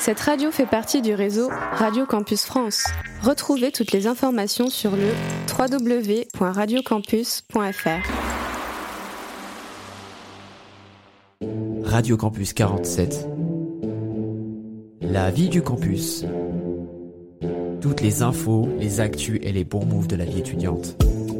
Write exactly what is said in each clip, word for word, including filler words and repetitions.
Cette radio fait partie du réseau Radio Campus France. Retrouvez toutes les informations sur le w w w point radio campus point f r. Radio Campus quarante-sept. La vie du campus. Toutes les infos, les actus et les bons moves de la vie étudiante.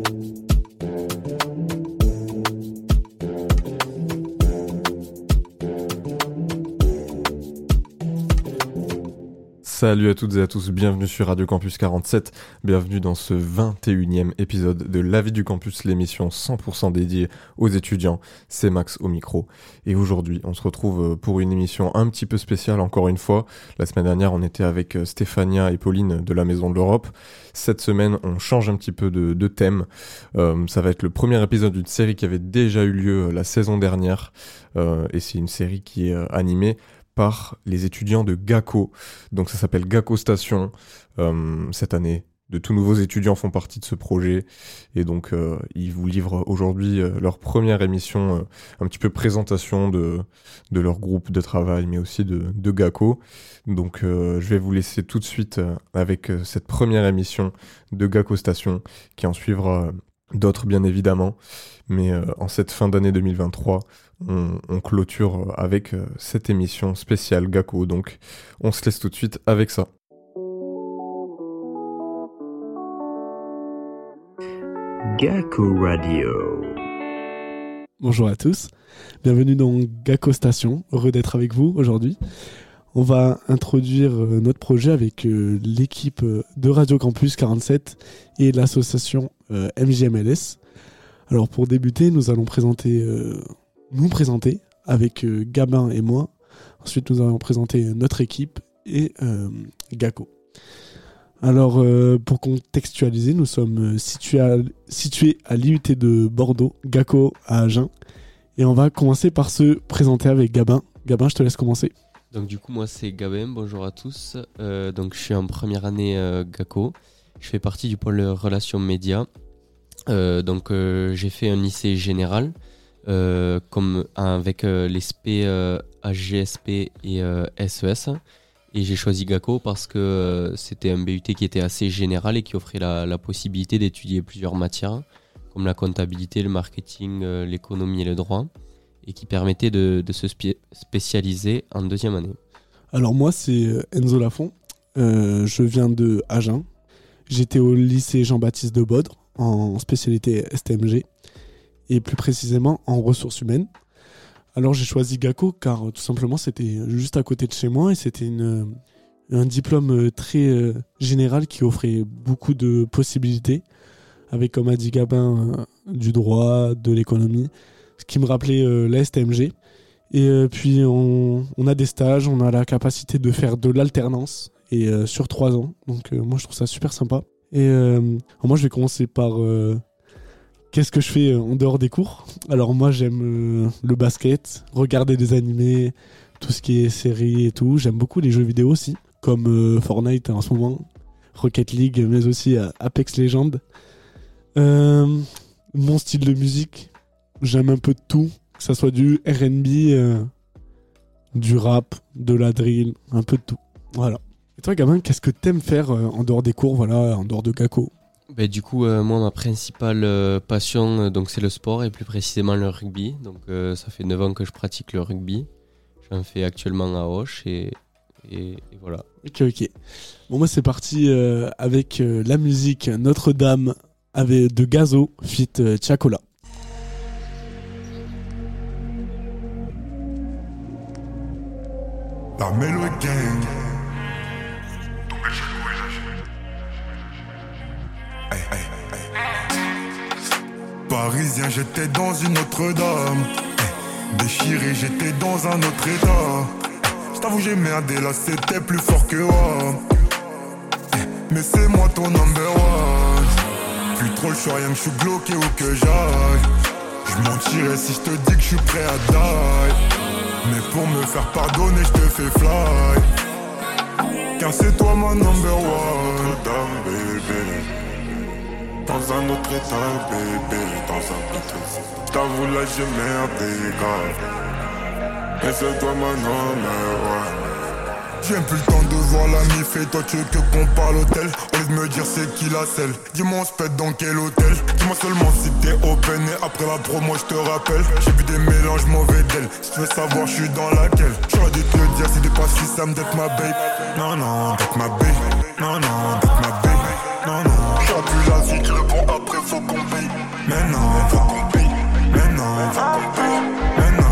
Salut à toutes et à tous, bienvenue sur Radio Campus quarante-sept, bienvenue dans ce vingt et unième épisode de La vie du campus, l'émission cent pour cent dédiée aux étudiants. C'est Max au micro. Et aujourd'hui, on se retrouve pour une émission un petit peu spéciale encore une fois. La semaine dernière, on était avec Stéphania et Pauline de la Maison de l'Europe. Cette semaine, on change un petit peu de, de thème. Euh, ça va être le premier épisode d'une série qui avait déjà eu lieu la saison dernière. Euh, et c'est une série qui est euh, animée par les étudiants de GACO. Donc ça s'appelle GACO Station. Euh, cette année, de tout nouveaux étudiants font partie de ce projet. Et donc, euh, ils vous livrent aujourd'hui euh, leur première émission, euh, un petit peu présentation de, de leur groupe de travail, mais aussi de, de GACO. Donc, euh, je vais vous laisser tout de suite euh, avec euh, cette première émission de GACO Station, qui en suivra euh, d'autres, bien évidemment. Mais euh, en cette fin d'année deux mille vingt-trois, on, on clôture avec euh, cette émission spéciale GACO. Donc, on se laisse tout de suite avec ça. GACO Radio. Bonjour à tous, bienvenue dans GACO Station, heureux d'être avec vous aujourd'hui. On va introduire notre projet avec euh, l'équipe de Radio Campus quarante-sept et l'association euh, M J M L S. Alors pour débuter, nous allons présenter, euh, nous présenter avec euh, Gabin et moi. Ensuite, nous allons présenter notre équipe et euh, GACO. Alors euh, pour contextualiser, nous sommes situés à, situés à l'I U T de Bordeaux, GACO à Agen. Et on va commencer par se présenter avec Gabin. Gabin, je te laisse commencer. Donc du coup, moi c'est Gabin, bonjour à tous. Euh, donc je suis en première année euh, GACO. Je fais partie du pôle relations médias. Euh, donc euh, j'ai fait un lycée général euh, comme avec euh, les S P euh, H G S P et euh, S E S, et j'ai choisi GACO parce que euh, c'était un B U T qui était assez général et qui offrait la, la possibilité d'étudier plusieurs matières comme la comptabilité, le marketing, euh, l'économie et le droit, et qui permettait de, de se spé- spécialiser en deuxième année. Alors moi c'est Enzo Lafont, euh, je viens de Agen, j'étais au lycée Jean-Baptiste de Bodre en spécialité S T M G et plus précisément en ressources humaines. Alors j'ai choisi GACO car tout simplement c'était juste à côté de chez moi et c'était une, un diplôme très euh, général qui offrait beaucoup de possibilités avec, comme a dit Gabin, euh, du droit, de l'économie, ce qui me rappelait euh, la S T M G. Et euh, puis on, on a des stages, on a la capacité de faire de l'alternance et euh, sur trois ans. Donc euh, moi je trouve ça super sympa. Et euh, moi je vais commencer par euh, qu'est-ce que je fais en dehors des cours. Alors moi j'aime euh, le basket, regarder des animés, tout ce qui est séries et tout. J'aime beaucoup les jeux vidéo aussi, comme euh, Fortnite en ce moment, Rocket League, mais aussi euh, Apex Legends. Euh, mon style de musique, j'aime un peu de tout, que ça soit du R and B, euh, du rap, de la drill, un peu de tout. Voilà. Et toi, Gabin, qu'est-ce que t'aimes faire euh, en dehors des cours, voilà, en dehors de GACO ? Bah, du coup, euh, moi, ma principale euh, passion, euh, donc, c'est le sport et plus précisément le rugby. Donc, euh, ça fait neuf ans que je pratique le rugby. J'en fais actuellement à Auch et, et, et voilà. Ok, ok. Bon, moi, c'est parti euh, avec euh, la musique Notre-Dame avec de Gazo, feat euh, Tiakola. La Melo Gang. Hey, hey, hey. Parisien, j'étais dans une Notre-Dame. Hey. Déchiré, j'étais dans un autre état. J't'avoue, j'ai merdé, là c'était plus fort que moi. Hey. Mais c'est moi ton number one. Plus trop le choix, rien que je suis bloqué où que j'aille. J'mentirais si je te dis que je suis prêt à die. Mais pour me faire pardonner, je te fais fly. Car c'est toi ma number one. Notre-Dame, bébé. Dans un autre état, bébé. Dans un autre état. J't'avoue là j'ai merdé, grave. Mais c'est toi ma number one. J'ai même plus le temps de voir la mif et toi tu veux que qu'on parle hôtel. Au lieu de me dire c'est qui la selle. Dis-moi on se pète dans quel hôtel. Dis-moi seulement si t'es open et après la promo je te rappelle. J'ai vu des mélanges mauvais d'elle. Si tu veux savoir je suis dans laquelle. J'aurais dû te le dire si t'es pas si Sam d'être ma babe. Non non d'être ma babe. Non non d'être ma babe. Non non. J'aurais pu la vie le bon après faut qu'on paye. Mais non faut qu'on paye. Mais non faut qu'on paye. Mais non.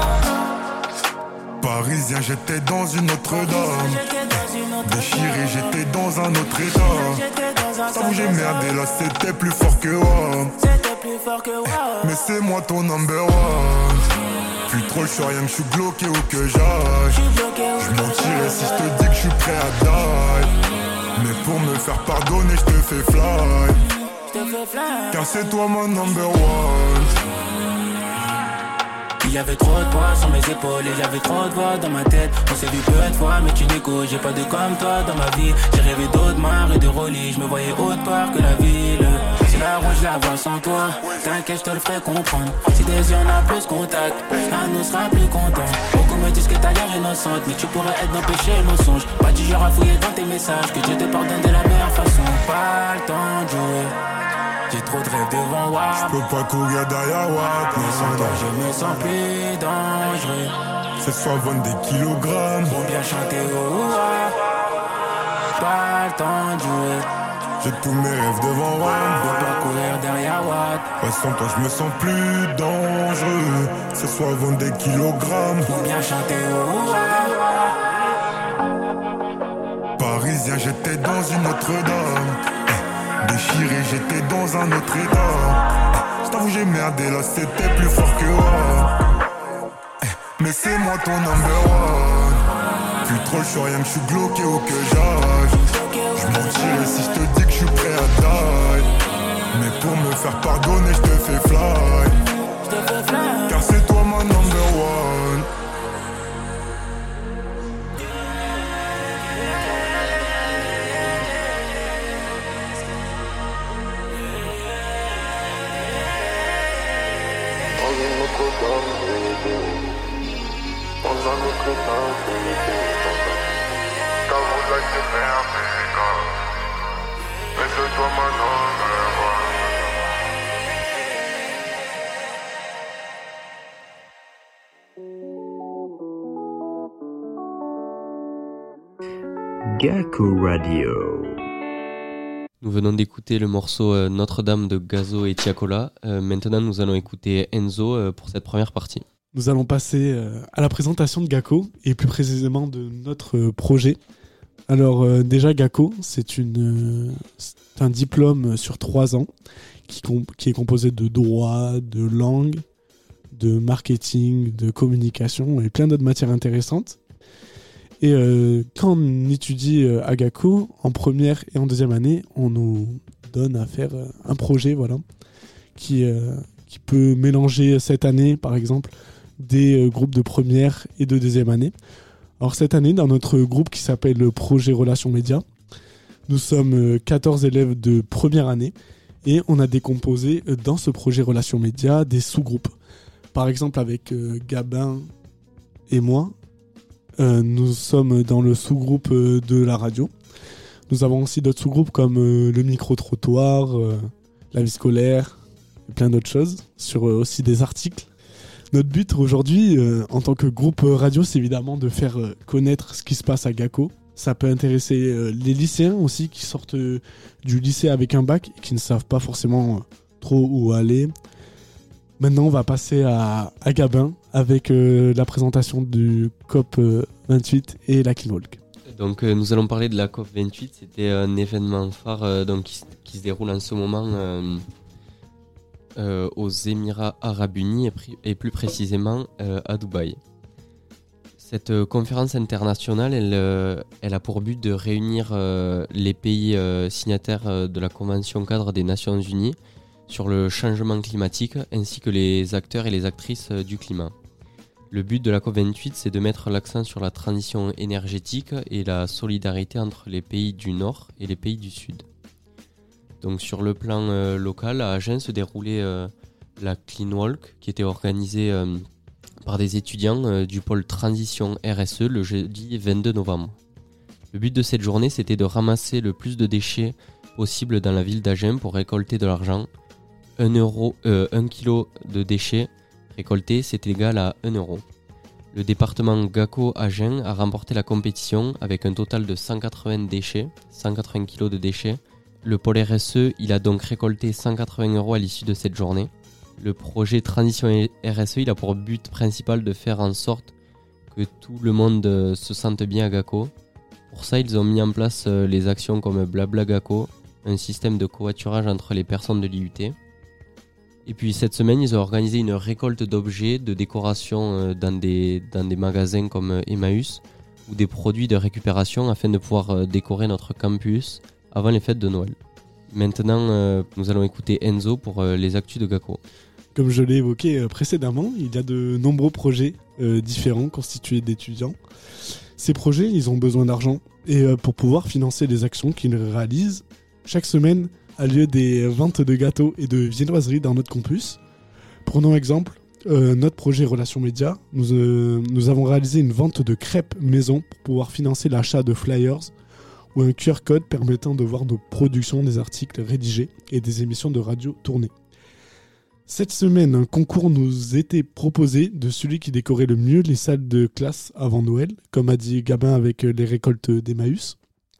Parisien, j'étais dans une autre dame. Déchiré, j'étais dans un autre état. Ça bougeait merde et là c'était plus fort que moi. Mais c'est moi ton number one. Plus trop, j'suis rien que j'suis bloqué ou que j'aille. J'mentirais si j'te dis que j'suis prêt à die. Mais pour me faire pardonner, j'te fais fly. Car c'est toi mon number one. Il y avait trop de poids sur mes épaules et j'avais trop de voix dans ma tête. On s'est vu peu de fois mais tu n'écoutes. J'ai pas de comme toi dans ma vie. J'ai rêvé d'autres mares et de rollis. Je me voyais autre part que la ville. Si la route je la vois sans toi, t'inquiète je te le ferai comprendre. Si tes yeux en a plus contact, là nous sera plus content. Beaucoup me disent que t'as l'air innocente, mais tu pourrais être dans péché et mensonge. Pas du genre à fouiller dans tes messages, que Dieu te pardonne de la meilleure façon. Pas le temps de jouer. J'ai trop de rêves devant moi. J'peux pas courir derrière Watt. Mais sans toi je me sens plus dangereux. C'est soit vendre des kilogrammes pour bien chanter au roi. Pas le temps de jouer. J'ai tous mes rêves devant moi. Peux pas courir derrière Watt. Ouais, sans toi je me sens plus dangereux. C'est soit vendre des kilogrammes pour bien chanter au roi. Parisien, j'étais dans une autre dame. Déchiré, j'étais dans un autre état. Je t'avoue j'ai merdé, là c'était plus fort que moi. Mais c'est moi ton number one. Plus trop, j'suis rien que j'suis bloqué ou que j'aille. J'mentirais si j'te dis que j'suis prêt à die. Mais pour me faire pardonner, j'te fais fly. Car c'est toi mon number one. Gacko Radio. Nous venons d'écouter le morceau euh, Notre-Dame de Gazo et Tiakola. Euh, maintenant, nous allons écouter Enzo euh, pour cette première partie. Nous allons passer euh, à la présentation de Gacko et plus précisément de notre euh, projet. Alors euh, déjà, Gacko, c'est, une, euh, c'est un diplôme sur trois ans qui, comp- qui est composé de droit, de langue, de marketing, de communication et plein d'autres matières intéressantes. Et euh, quand on étudie euh, à Gacko, en première et en deuxième année, on nous donne à faire euh, un projet voilà, qui, euh, qui peut mélanger cette année, par exemple, des euh, groupes de première et de deuxième année. Alors cette année, dans notre groupe qui s'appelle le Projet Relations Médias, nous sommes euh, quatorze élèves de première année et on a décomposé euh, dans ce projet Relations Médias des sous-groupes. Par exemple, avec euh, Gabin et moi, Euh, nous sommes dans le sous-groupe euh, de la radio. Nous avons aussi d'autres sous-groupes comme euh, le micro-trottoir, euh, la vie scolaire, et plein d'autres choses, sur euh, aussi des articles. Notre but aujourd'hui, euh, en tant que groupe radio, c'est évidemment de faire euh, connaître ce qui se passe à Gacko. Ça peut intéresser euh, les lycéens aussi qui sortent euh, du lycée avec un bac et qui ne savent pas forcément euh, trop où aller. Maintenant, on va passer à, à Gabin avec euh, la présentation du C O P vingt-huit et la Cleanwalk. Donc, euh, nous allons parler de la C O P vingt-huit. C'était un événement phare euh, donc, qui, qui se déroule en ce moment euh, euh, aux Émirats Arabes Unis et, pri- et plus précisément euh, à Dubaï. Cette euh, conférence internationale, elle, euh, elle a pour but de réunir euh, les pays euh, signataires euh, de la Convention cadre des Nations Unies sur le changement climatique ainsi que les acteurs et les actrices euh, du climat. Le but de la C O P vingt-huit, c'est de mettre l'accent sur la transition énergétique et la solidarité entre les pays du Nord et les pays du Sud. Donc sur le plan euh, local, à Agen se déroulait euh, la Cleanwalk qui était organisée euh, par des étudiants euh, du pôle Transition R S E le jeudi vingt-deux novembre. Le but de cette journée, c'était de ramasser le plus de déchets possible dans la ville d'Agen pour récolter de l'argent. un euro, euh, un kilo de déchets récoltés, c'est égal à un euro. Le département GACO Agen a remporté la compétition avec un total de cent quatre-vingts déchets, cent quatre-vingts kilos de déchets. Le pôle R S E, il a donc récolté cent quatre-vingts euros à l'issue de cette journée. Le projet Transition R S E, il a pour but principal de faire en sorte que tout le monde se sente bien à GACO. Pour ça, ils ont mis en place les actions comme Blabla GACO, un système de covoiturage entre les personnes de l'I U T. Et puis cette semaine, ils ont organisé une récolte d'objets, de décoration dans des, dans des magasins comme Emmaüs ou des produits de récupération afin de pouvoir décorer notre campus avant les fêtes de Noël. Maintenant, euh, nous allons écouter Enzo pour euh, les actus de GACO. Comme je l'ai évoqué euh, précédemment, il y a de nombreux projets euh, différents constitués d'étudiants. Ces projets, ils ont besoin d'argent et euh, pour pouvoir financer les actions qu'ils réalisent, chaque semaine a lieu des ventes de gâteaux et de viennoiseries dans notre campus. Prenons exemple, euh, notre projet Relations Médias. Nous, euh, nous avons réalisé une vente de crêpes maison pour pouvoir financer l'achat de flyers ou un Q R code permettant de voir nos productions, des articles rédigés et des émissions de radio tournées. Cette semaine, un concours nous était proposé de celui qui décorait le mieux les salles de classe avant Noël, comme a dit Gabin avec les récoltes d'Emmaüs.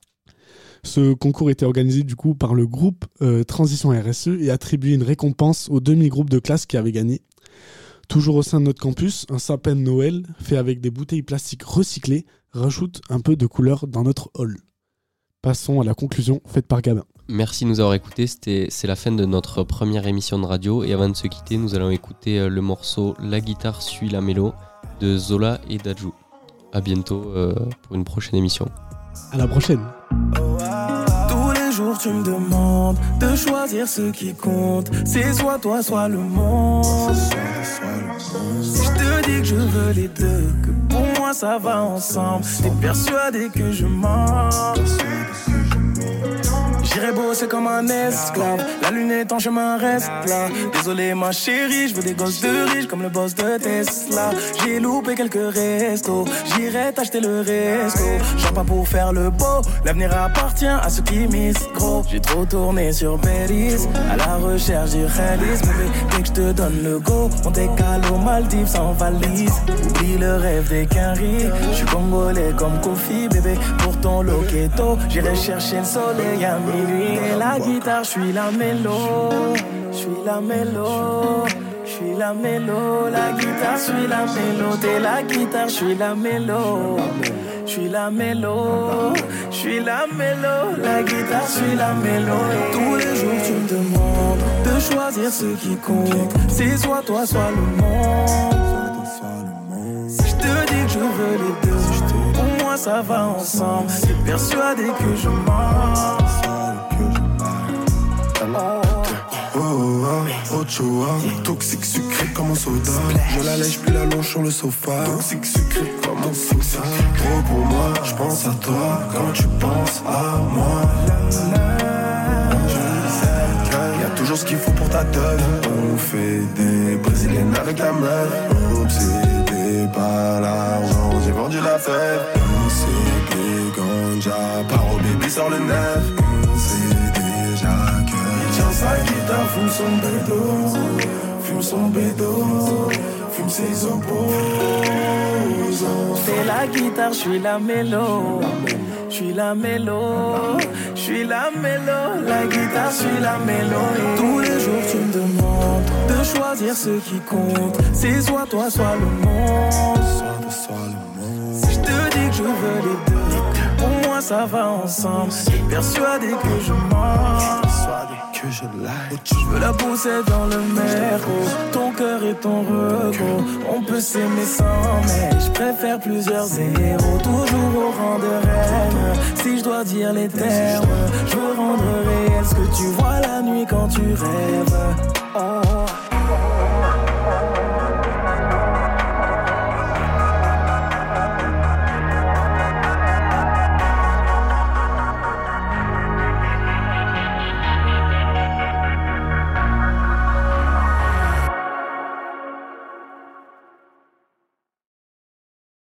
Ce concours était organisé du coup par le groupe euh, Transition R S E et attribuait une récompense aux demi-groupes de classe qui avaient gagné. Toujours au sein de notre campus, un sapin de Noël fait avec des bouteilles plastiques recyclées rajoute un peu de couleur dans notre hall. Passons à la conclusion faite par Gabin. Merci de nous avoir écoutés, C'était, c'est la fin de notre première émission de radio et avant de se quitter, nous allons écouter le morceau La guitare suit la mélo de Zola et Dadju. A bientôt euh, pour une prochaine émission. À la prochaine. Tous les jours tu me demandes de choisir ce qui compte. C'est soit toi, soit le monde. Je te dis que je veux les deux, que pour moi ça va ensemble. T'es persuadé que je mens. J'irai bosser comme un esclave. La lune est en chemin, reste là. Désolé ma chérie, je veux des gosses de riches comme le boss de Tesla. J'ai loupé quelques restos, j'irai t'acheter le resto. Genre pas pour faire le beau, l'avenir appartient à ceux qui misent gros. J'ai trop tourné sur Paris, à la recherche du réalisme. Dès que je te donne le go, on décale aux Maldives sans valise. Oublie le rêve des quinries, je suis congolais comme Kofi bébé. Pour ton loqueto, j'irai chercher le soleil à minuit. Et la guitare, je suis la mélo, je suis la mélo, je suis la mélo. La guitare, je suis la mélo. T'es la guitare, je suis la mélo, je suis la mélo, je suis la mélo. La guitare, je suis la mélo. Et tous les jours tu me demandes de choisir ce qui compte. C'est soit toi, soit le monde. Si je te dis que je veux les deux, pour moi ça va ensemble. T'es persuadé que je mens. Oh, oh, oh, Ochoa, toxique sucré comme un soda. Je la lèche puis la longe sur le sofa. Toxique sucré comme un soda. Trop pour moi, je pense à toi quand tu penses à moi. Y'a toujours ce qu'il faut pour ta teuf. On fait des brésiliennes avec la meuf. Obsédé par l'argent, j'ai vendu la fève. C'est des ganja, par au baby sort le neuf. C'est déjà que tiens sa guitare, fume son bédo, fume son bédo, fume ses opposants. C'est la guitare, je suis la mélo, je suis la mélo, je suis la mélo. La guitare, je suis la mélo. Et tous les jours tu me demandes de choisir ce qui compte. C'est soit toi, soit le monde. Si je te dis que je veux les deux, pour moi ça va ensemble. T'es persuadé que je mens. Que je like. Je veux la pousser dans le merco. Ton cœur et ton rego. On peut s'aimer sans mais je préfère plusieurs zéros. Toujours au rang de reine. Si je dois dire les termes, je veux rendre réel ce que tu vois la nuit quand tu rêves. Oh.